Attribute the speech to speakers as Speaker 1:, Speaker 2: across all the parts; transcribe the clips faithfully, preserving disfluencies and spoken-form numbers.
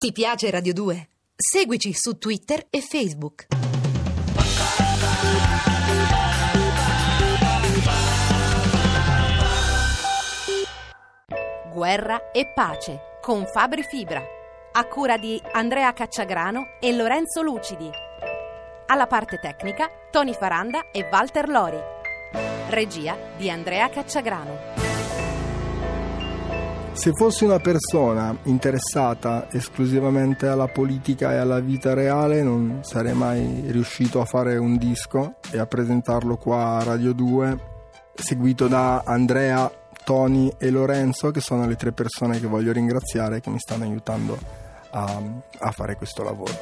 Speaker 1: Ti piace Radio due? Seguici su Twitter e Facebook.
Speaker 2: Guerra e pace con Fabri Fibra, a cura di Andrea Cacciagrano e Lorenzo Lucidi. Alla parte tecnica Tony Faranda e Walter Lori. Regia di Andrea Cacciagrano.
Speaker 3: Se fossi una persona interessata esclusivamente alla politica e alla vita reale, non sarei mai riuscito a fare un disco e a presentarlo qua a Radio due, seguito da Andrea, Tony e Lorenzo, che sono le tre persone che voglio ringraziare che mi stanno aiutando a, a fare questo lavoro.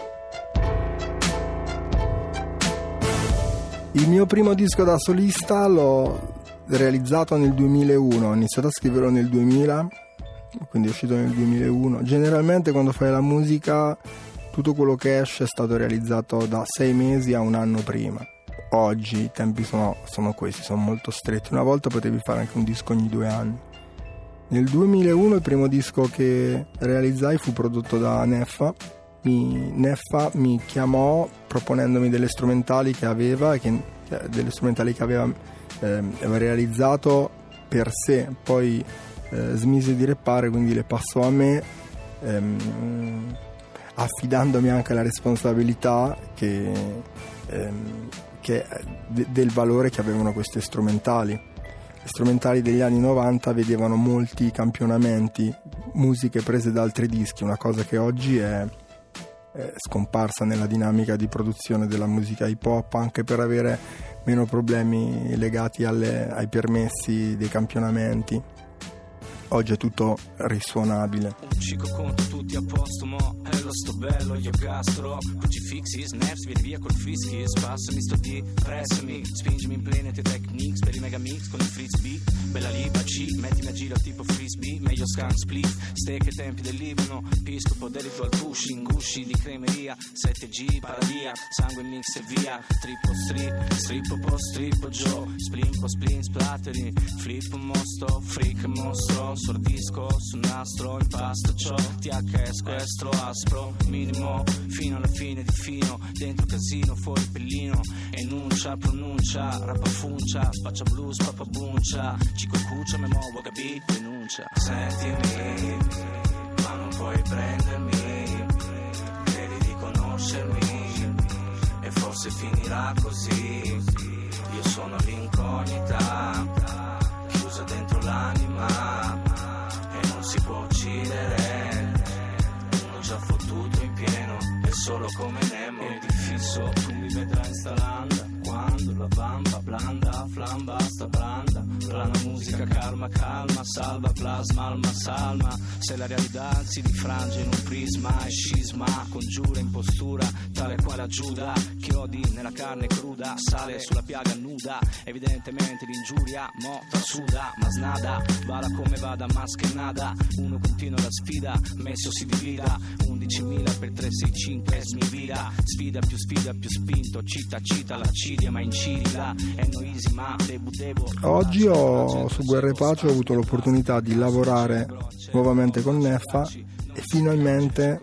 Speaker 3: Il mio primo disco da solista l'ho realizzato nel duemilauno, ho iniziato a scriverlo nel duemila, quindi è uscito nel duemilauno. Generalmente quando fai la musica tutto quello che esce è stato realizzato da sei mesi a un anno prima. Oggi i tempi sono, sono questi, sono molto stretti. Una volta potevi fare anche un disco ogni due anni. Nel duemilauno il primo disco che realizzai fu prodotto da Neffa. Mi, Neffa mi chiamò proponendomi delle strumentali che aveva, che, delle strumentali che aveva eh, realizzato per sé, poi eh, smise di rappare, quindi le passò a me, ehm, affidandomi anche la responsabilità che, ehm, che de, del valore che avevano queste strumentali. Le strumentali degli anni novanta vedevano molti campionamenti, musiche prese da altri dischi, una cosa che oggi è è scomparsa nella dinamica di produzione della musica hip hop, anche per avere meno problemi legati alle, ai permessi dei campionamenti. Oggi è tutto risuonabile.
Speaker 4: Un cico conto tutti a posto, mo' è lo sto bello, io gastro crucifixi, snaps, vieni via col frisky. Spassami sto di, pressami, spingimi in plane te techniques per i mega mix con il frisbee. Bella lì, baci, mettimi a giro tipo frisbee. Meglio skunk split, steak e tempi del Libano. Episcopo del ritual pushing, gusci di cremeria. sette G, paradia, sangue mix e via. Trippo strip, strippo po' strippo Joe. Splimpo, splin, splattering. Flippo mostro, freak mostro. Sordisco su nastro, impasto ciò. T H S questo aspro, minimo, fino alla fine di fino. Dentro casino, fuori pellino. Enuncia, pronuncia, rappa funcia. Spaccia blues, pappa buncia. Cico cuccia, me muovo, capì, denuncia. Sentimi, ma non puoi prendermi. Credi di conoscermi e forse finirà così. Io sono l'incognita, chiusa dentro l'anima e non si può uccidere. Uno già fottuto in pieno è solo come Nemo. E di fisso tu mi vedrai installando quando la bamba blanda, flamba sta branda. Plana musica, calma, calma, salva, plasma, alma, salma. Se la realtà si difrange in un prisma e scisma, congiura impostura, tale quale a Giuda, che odi nella carne cruda, sale sulla piaga nuda. Evidentemente l'ingiuria, mo suda, ma snada, bada come vada, mas che nada. Uno continua la sfida, messo si divida, undicimila per tre sei cinque, smivida. Sfida più sfida più spinto, cita cita la cilia, ma incidila, è noisi ma debu devo.
Speaker 3: Oggi ho su Guerra e Pace ho avuto l'opportunità di lavorare nuovamente con Neffa e finalmente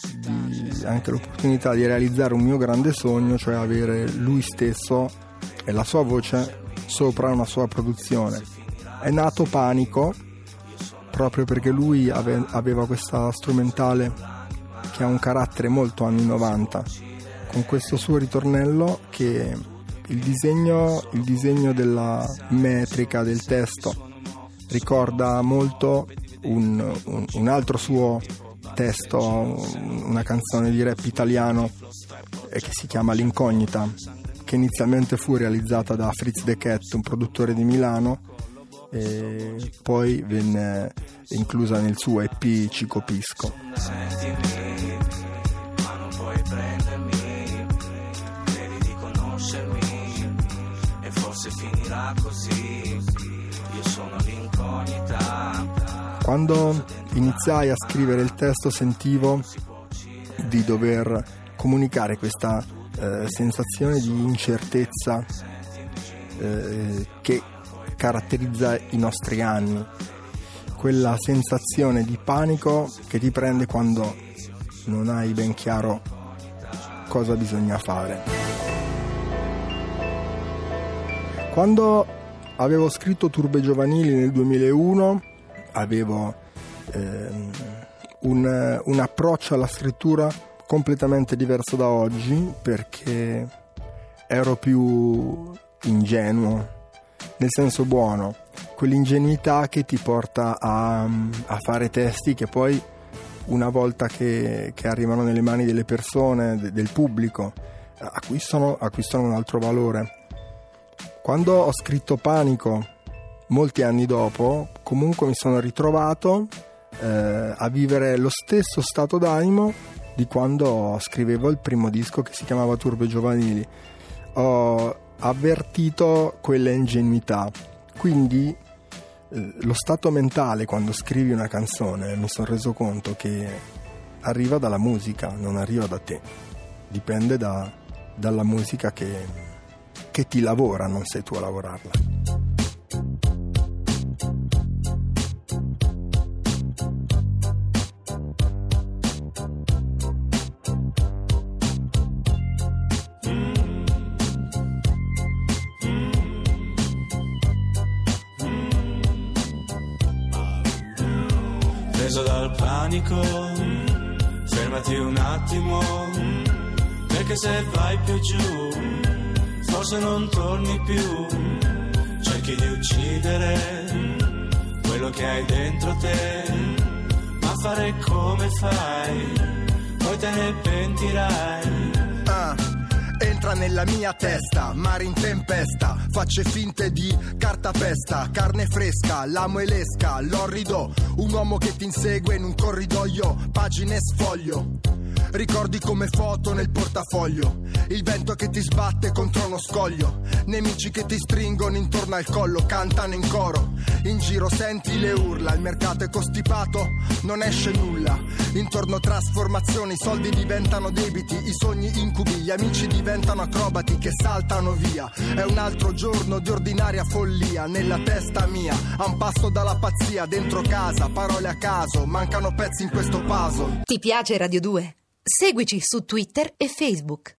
Speaker 3: di, anche l'opportunità di realizzare un mio grande sogno, cioè avere lui stesso e la sua voce sopra una sua produzione. È nato Panico proprio perché lui ave, aveva questa strumentale che ha un carattere molto anni novanta, con questo suo ritornello che il disegno, il disegno della metrica del testo ricorda molto un, un, un altro suo testo, una canzone di rap italiano che si chiama L'Incognita, che inizialmente fu realizzata da Fritz the Cat, un produttore di Milano, e poi venne inclusa nel suo E P Cico Pisco.
Speaker 4: Sentimi, ma non puoi prendermi, credi di conoscermi e forse finirà così. Io sono l'incognita.
Speaker 3: Quando iniziai a scrivere il testo sentivo di dover comunicare questa eh, sensazione di incertezza eh, che caratterizza i nostri anni, quella sensazione di panico che ti prende quando non hai ben chiaro cosa bisogna fare. Quando avevo scritto Turbe Giovanili nel duemilauno avevo ehm, un, un approccio alla scrittura completamente diverso da oggi, perché ero più ingenuo, nel senso buono, quell'ingenuità che ti porta a, a fare testi che poi, una volta che, che arrivano nelle mani delle persone, de, del pubblico, acquistano, acquistano un altro valore. Quando ho scritto Panico, molti anni dopo, comunque mi sono ritrovato eh, a vivere lo stesso stato d'animo di quando scrivevo il primo disco che si chiamava Turbe Giovanili. Ho avvertito quella ingenuità, quindi eh, lo stato mentale quando scrivi una canzone, mi sono reso conto che arriva dalla musica, non arriva da te, dipende da, dalla musica che, che ti lavora, non sei tu a lavorarla.
Speaker 4: Preso dal panico, fermati un attimo, perché se vai più giù, forse non torni più. Cerchi di uccidere quello che hai dentro te, ma fare come fai, poi te ne pentirai.
Speaker 5: Ah. Entra nella mia testa, mare in tempesta, facce finte di cartapesta, carne fresca, l'amo e l'esca, l'orrido, un uomo che ti insegue in un corridoio, pagine sfoglio, ricordi come foto nel portafoglio, il vento che ti sbatte contro uno scoglio, nemici che ti stringono intorno al collo, cantano in coro, in giro senti le urla, il mercato è costipato, non esce nulla, intorno trasformazioni, i soldi diventano debiti, i sogni incubi, gli amici diventano acrobati che saltano via, è un altro giorno di ordinaria follia, nella testa mia, a un passo dalla pazzia, dentro casa, parole a caso, mancano pezzi in questo puzzle.
Speaker 1: Ti piace Radio due? Seguici su Twitter e Facebook.